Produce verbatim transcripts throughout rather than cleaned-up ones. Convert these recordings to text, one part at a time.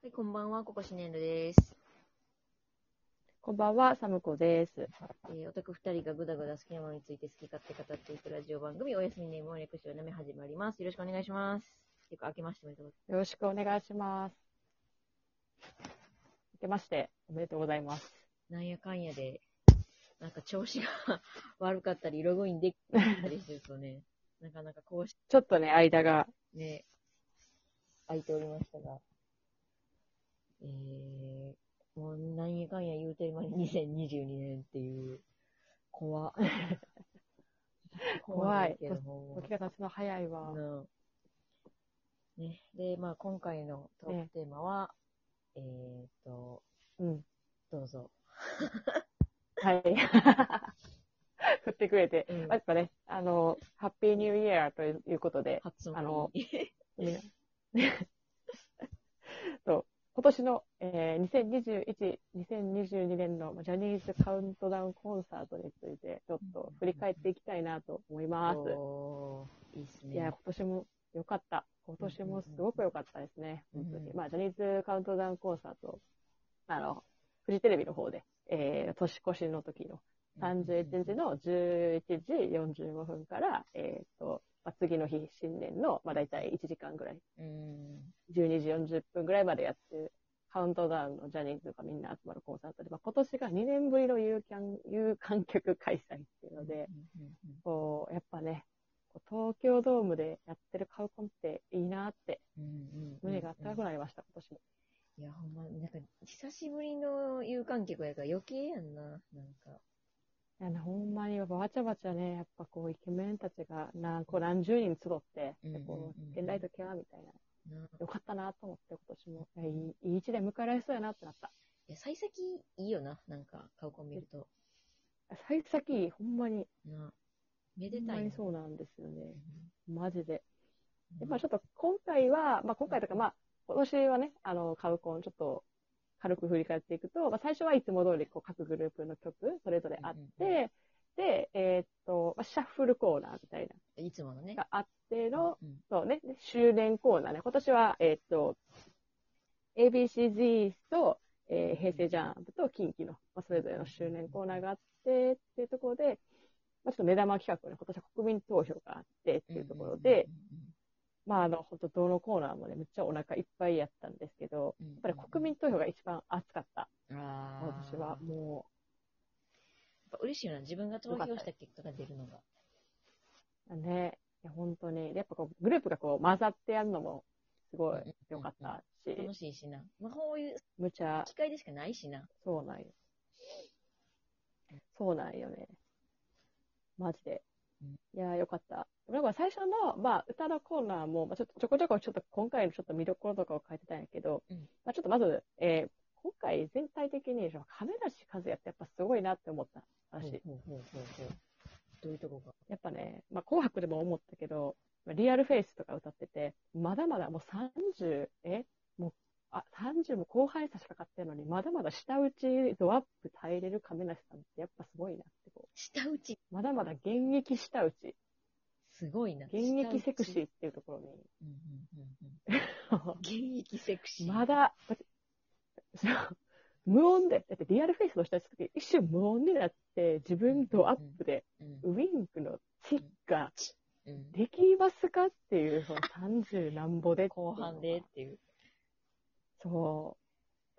はい、こんばんは、ココシネルです。 こんばんは、サムコです。 えー、オタク二人がぐだぐだ好きなものについて好き勝手語っていくラジオ番組、おやすみネームを略しておなめ始まります。よろしくお願いします。ていうか、明けましておめでとうございよろしくお願いします。明けまして、おめでとうございます。 なんやかんやで、なんか調子が悪かったり、ログインできたりするとね、なかなかこうしちょっとね、間が。 ね、空いておりましたが、えー、もうなんやかんや言うてる間ににせんにじゅうにねんっていう、怖怖い。 いけど、ほんま時が経つの早いわ。 なね、で、まあ、今回のトークね。 テーマは、えーと、 うん。 どうぞ。 はい。振ってくれて。 うん、 やっぱね、あの、ハッピーニューイヤーということで、 発音あの、 いい。 みんな、と、今年の、えー、にせんにじゅういち、にせんにじゅうにねんのジャニーズカウントダウンコンサートについて、ちょっと振り返っていきたいなと思います。 おー、いいっすね。 いや、今年も良かった。今年もすごく良かったですね。 うんうんうん本当に。まあ、ジャニーズカウントダウンコンサート、あの、フジテレビの方で、えー、年越しの時のさんじゅういちにちのじゅういちじよんじゅうごふんから、えっと、まあ、次の日、新年の、まあ、大体いちじかんぐらい、 うん、 じゅうにじよんじゅっぷんぐらいまでやってる、カウントダウンのジャニーズがみんな集まるコンサートで、まあ、今年がにねんぶりの有観有観客開催っていうので、こう、やっぱね、東京ドームでやってるカウコンっていいなって、胸が温かくなりました、今年も。 いや、ほんま、なんか、久しぶりの有観客やから余計やんな、なんか。 いやね、ほんまに、バチャバチャね、やっぱこう、イケメンたちが何こう何十人集って、でこう、ケンライトキャーみたいな。よかったなと思って、今年も。いやいい、いい一年迎えられそうやなってなった。 いや、幸先いいよな、なんか、顔コン見ると。 幸先、ほんまに。 な、めでほんたいな。 まにそうなんですよね。 うん、 マジで。で、まあなちょっと今回は、まあ今回とか、まあ今年はね、あの、カウコンちょっと軽く振り返っていくと、まあ最初はいつも通りこう各グループの曲それぞれあっうんうんうん、 て、で、えーっと、まあ、シャッフルコーナーみたいいつものね。 ながあっての、 うんうん、 そうね、周年コーナーね。今年は、えーっと、エービーシーズイー と、えー平成ジャンプとキンキの、まあ、それぞれの周年コーナーがあって、っていうところで、まあ、ちょっと目玉企画ね、今年は国民投票があってっていうところで、まあ、あの、本当どのコーナーもね、めっちゃお腹いっぱいやったんですけど、やっぱり国民投票が一番熱かった。 あ私はもう、嬉しいよな、自分が投票したうよかったで結果が出るのが。 す。ね、いや本当に、でやっぱこう、グループがこう混ざってやるのもすごいうんうん良かったし、 楽しいしな。まあ、こういうむちゃ、 機会でしかないしな。 そうなんよ。そうなんよね。マジで。いやー、よかった。なんか最初の、まあ、歌のコーナーも、まあ、ちょっとちょこちょこちょっと今回のちょっと見どころとかを書いてたんやけど、 うんまあ、ちょっとまず、えー、今回全体的に亀梨和也ってやっぱすごいなって思った話。 ほうほうほうほう。どういうとこか。 やっぱね、まあ、紅白でも思ったけど、リアルフェイスとか歌ってて、まだまだもうさんじゅう、えもう、あ、さんじゅうも後半に差し掛かってるのに、まだまだ下打ちドアップ耐えれる亀梨さんってやっぱすごいなってこ下打ち。 う。まだまだ現役下打ち。 すごいな。 現役セクシーっていうところに、 うんうんうんうん、現役セクシー。 まだ、無音で、だってリアルフェイスの人たち一瞬無音になって、自分とアップで、ウィンクのチッができますかっていう、そのさんじゅうなんぼで。 後半でっていう。 そう。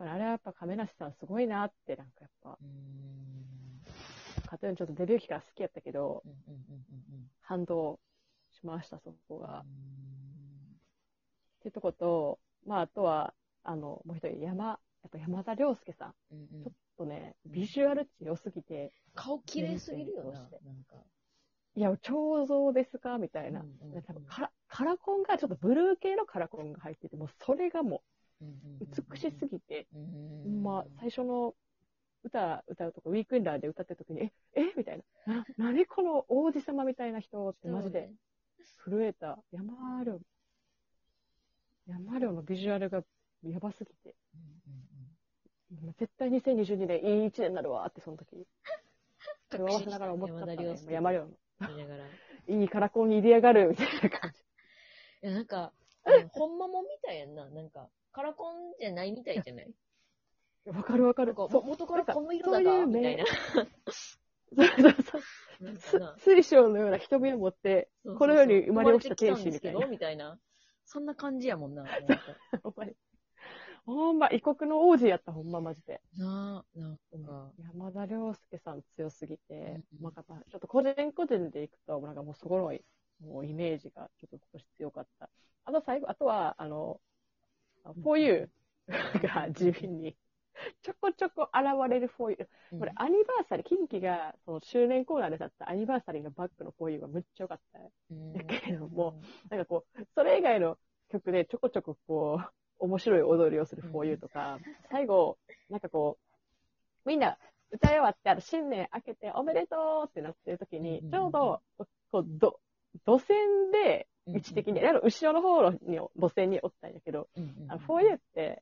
あれはやっぱ亀梨さんすごいなって、なんかやっぱ、かといちょっとデビュー期から好きやったけど、反動しました、そこが。っていうとこと、まあ、あとは、あの、もう一人、山、やっぱ山田涼介さん。うんうん、ちょっとね、ビジュアル値良すぎて。 顔綺麗すぎるよな、なんか。 いや、彫像ですかみたいな。うんうんうん、多分カラカラコンが、ちょっとブルー系のカラコンが入ってて、もうそれがもう、美しすぎて、うん、まあ、最初の歌、歌うとか、ウィークエンダーで歌ってる時に、え、えみたいな。な、何この王子様みたいな人ってマジで震えた。山涼。山涼のビジュアルがやばすぎて。うんうんうん、絶対にせんにじゅうにねんいい一年になるわって、その時。手を合わせながら思っちゃったね。山涼の。いいカラコンに入れやがるみたいな感じ。 いや、なんか、 うんほんまもんみたいやんな。なんか、カラコンじゃないみたいじゃないわかるわかる。 なんかそう元からこの色だそういうねがみたいな。 そうそうそう。 なんかな水晶のような瞳を持って、 そうそうそうこの世に生まれ落ちた天使みたい生まれてきたんですけどみたいな。そんな感じやもんな。なんかな。ほんまに。ほんま、異国の王子やった、ほんま、マジで。 なあ、なんうんか。 山田涼介さん強すぎて、 うんまあ、やっぱちょっと個人個人でいくと、なんかもうすごい、もうイメージがちょっと今年強かった。あと最後、あとは、あの、フォーユー が地味に、ちょこちょこ現れる フォーユー。これ、アニバーサリー、キンキがその周年コーナーでだったアニバーサリーのバックの フォーユー がむっちゃ良かった。だけれども、なんかこう、それ以外の曲でちょこちょここう、面白い踊りをする フォーユー とか、最後、なんかこう、みんな歌い終わって、あの新年明けておめでとうってなってる時に、ちょうど、こう、ど、路線で、位置的に、あの後ろの方に路線におったんやけど、あの フォーユー って、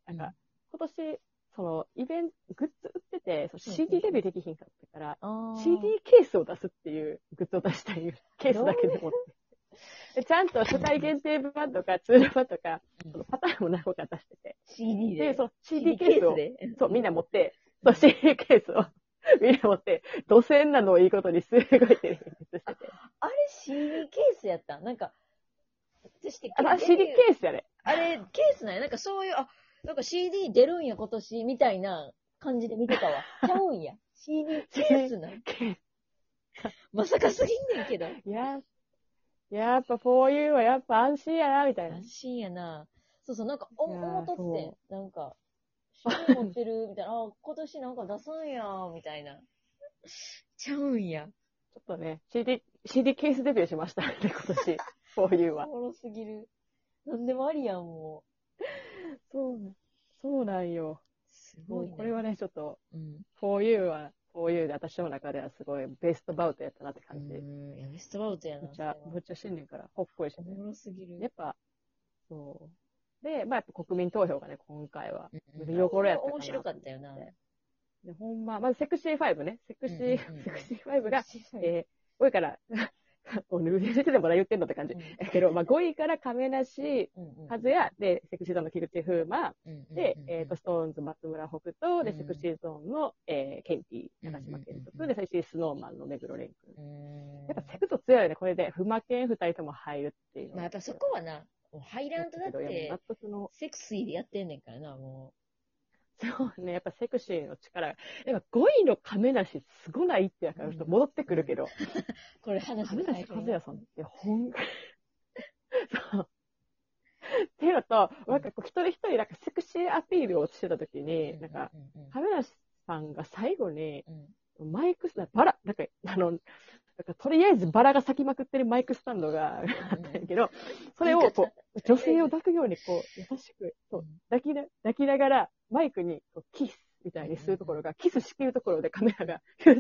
なんか、今年、その、イベント、グッズ売ってて、その シーディー デビューできひんかったから、シーディー ケースを出すっていうグッズを出したい、ケースだけでもって。でちゃんと初回限定版とか、通常版とか、そのパターンも何個か出してて。 シーディー で。 で、そう、シーディー ケースを、 でそう、みんな持って、そう、シーディー ケースを、みんな持って、土線なのをいいことにすごいテレビしてて。 あれ シーディー ケースやったなんか、そしてあ、シーディー ケースやね。 あれ、ケースなんや。なんかそういう、あ、なんか シーディー 出るんや、今年、みたいな感じで見てたわ。ちゃうんや。シーディー ケースなんまさかすぎんねんけど。 いや、やっぱ フォーユー はやっぱ安心やな、みたいな。 安心やな。そうそう、なんか、お、 いやー思っとって、なんか、シーディー 持ってる、みたいな、あ、今年なんか出すんや、みたいな。ちゃうんや。 ちょっとね、シーディー、シーディー ケースデビューしましたね、今年。フォーユー は。 おもろすぎる。なんでもありやん、もそうね。そうなんよ。 う。すごいね。 これはね、ちょっと、 うん。 フォーユー は、フォーユー で私の中ではすごいベストバウトやったなって感じ。 うん。いや、ベストバウトやな。 むっちゃ、むっちゃ新年からほっこりしてね。 おもろすぎる。 やっぱ、そう。で、まあやっぱ国民投票がね、今回はうん見どころやったかな。 面白かったよな。 で、ほんま、まずセクシーファイブね。セクシー、 うんうんうんセクシーファイブが、 セクシーファイブえー、ごいから、もう、抜けててもら言ってんのって感じ。 うんけど、まあごいから亀梨うんうん和也、で、セクシーゾーンの菊池風磨、 うんうんうんで、えっ、と、ストーンズ松村北斗、で、 うんセクシーゾーンの、えー、ケンティ、長島健人、で、最初にスノーマンの目黒蓮君。 うんやっぱセクト強いよね、これで。不負けん二人とも入るっていうのは。 まあ、やっぱそこはな、もうハイランドだっいやもう納て、 得の、 セクシーでやってんねんからな、もそうね、やっぱセクシーの力が。やっぱごいの亀梨すごないってやから、ちょっと戻ってくるけど。 う。これ話亀梨和が最初に也さんってほん、そう。っていうのと、なんかこう一人一人なんかセクシーアピールをしてた時に、なんか、 うんうん亀梨さんが最後に、 うんマイクスタンド、バラ、なんか、あの、なんかとりあえずバラが咲きまくってるマイクスタンドがあったんやけど、それをこう、女性を抱くようにこう、優しく、そう抱きな、抱きながら、マイクにこうキスみたいにするところが、キスしきるところでカメラが、ふって、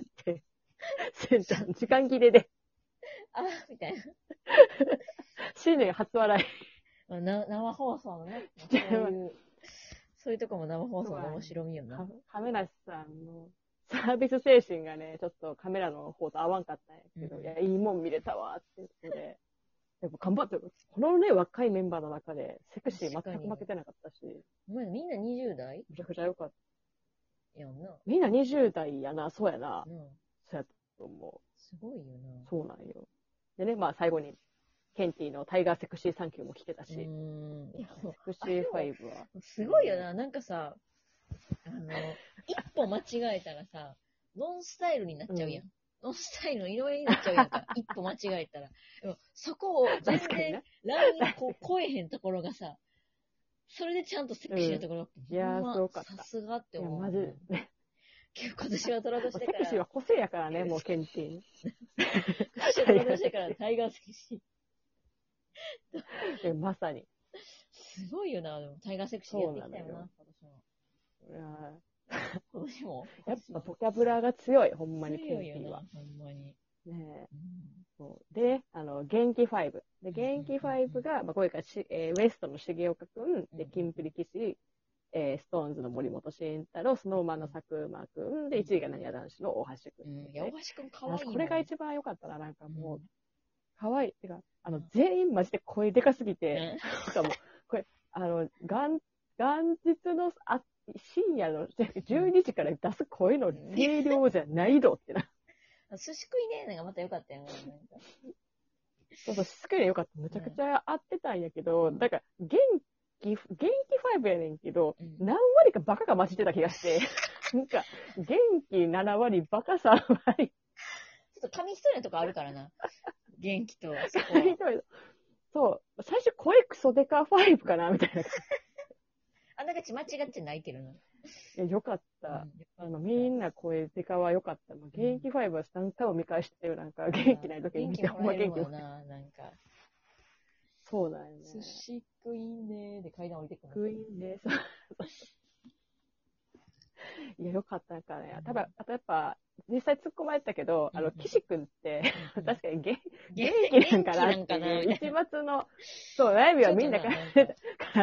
せんちゃん、時間切れで、 あみたいな。 新年初笑い。 まあな生放送のね、そういう、そういうとこも生放送の面白みよな。 亀梨さんのサービス精神がね、ちょっとカメラの方と合わんかったんやけど、 うんいや、いいもん見れたわってことで、でも頑張ってる。このね、若いメンバーの中で、セクシー全く負けてなかったし、 お前みんなにじゅう代めちゃくちゃ良かった。 やんな。 みんなにじゅう代やな、そうやな。 うん。 そうやと思すごいよな。 う。そうなんよ。でね、まあ最後に、ケンティのタイガーセクシーサンキューも来てたし、 うーん。いやもうセクシーファイブは。 すごいよな。なんかさ、あの、一歩間違えたらさ、ノンスタイルになっちゃうやん。 うノンスタイルの色合いになっちゃうやんか。一歩間違えたら。でもそこを全然確かにね。 ラインこう超えへんところがさ、それでちゃんとセクシーなところが、 いやーほんそうかったさすがっていや、 思う。 まず、ね、 今年はトラとしてセクシーは個性やからね、もうケンティ。 今年はトラとしてからタイガーセクシえまさに。 ー。すごいよな、でもタイガーセクシーやってきたよな、今年も。 いや今年も。 やっぱボキャブラが強い、ほんまにケン強いよなティは。、 ほんまに。 ねえうんそうで、あの、元気ファイブ。で、元気ファイブが、まあ、これからし、えーウエストの重岡くん、で、キンプリ騎士、えー、ストーンズの森本慎太郎、スノーマンの佐久間くん、で、いちいがなにわ男子の大橋くん。 うん。いや、大橋くんかわいいもん。 これが一番良かったな、なんかもうう、可愛い。てか、あの、全員マジで声でかすぎて、 ねしかも、 これ、あの、元、元日のあ深夜のじゅうにじから出す声の声量じゃないどってな。 寿司食いねえのがまた良かったよね。なんかそうそう、しつけりゃよかった。むちゃくちゃ合ってたんやけど、だから、元気、元気ファイブやねんけど、 うん何割かバカが混じってた気がして、なんか、元気なな割、バカさん割。 ちょっと紙一重のとこあるからな。元気と、そこは。 そう、最初声クソデカファイブかなみたいな。 あんながち間違ってないけどな。 いや、よかった。うん、あの、みんな声デカはよかった。元気ファイブは何回も見返してる。なんか、元気ない時に見て、ほんま元気もな、なんか。 そうなんよね。 寿司食いねーで階段降りてくる。 食いねー。いや、よかった。なんかね、ただ、あとやっぱ、実際突っ込まれたけど、あの、岸くんって、確かに元気なんかなっていう、一末の、そう、悩みはみんなからなって。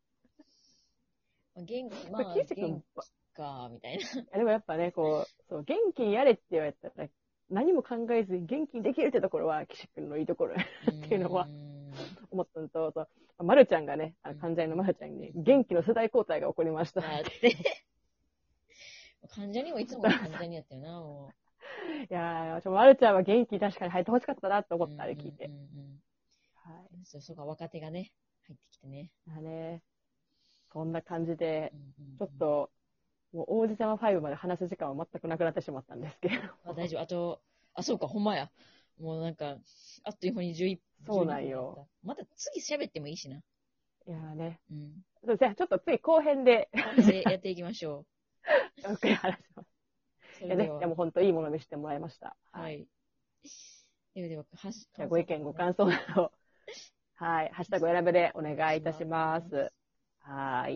元気、まあ、元気か、みたいな。 でもやっぱね、こう、そう、元気にやれって言われたら、何も考えずに元気にできるってところは、岸くんのいいところっていうのは、思ったのと、そう、まるちゃんがね、あの患者のまるちゃんに、元気の世代交代が起こりました。 患者にもいつも患者にやったよな、もう。いやー、まるちゃんは元気確かに入ってほしかったなって思ったあれ聞いて。 はい。そうそうか、若手がね、入ってきてね。 だね。そんな感じで、ちょっと、もう王子様ファイブまで話す時間は全くなくなってしまったんですけど。 あ、大丈夫。あと、あ、そうか、ほんまや。もうなんか、あっという間にじゅういっぷん。 そうなんよ。 また次喋ってもいいしな。 いやーね。 うん。 そうじゃあ、ちょっと次後編で。 後編でやっていきましょう。 ゆっくり話します。いやね、でも本当いいもの見せてもらいました。 はい。ではでは、はし、 じゃあご意見、ご感想など、はい、ハッシュタグ選べでお願いいたします。はい。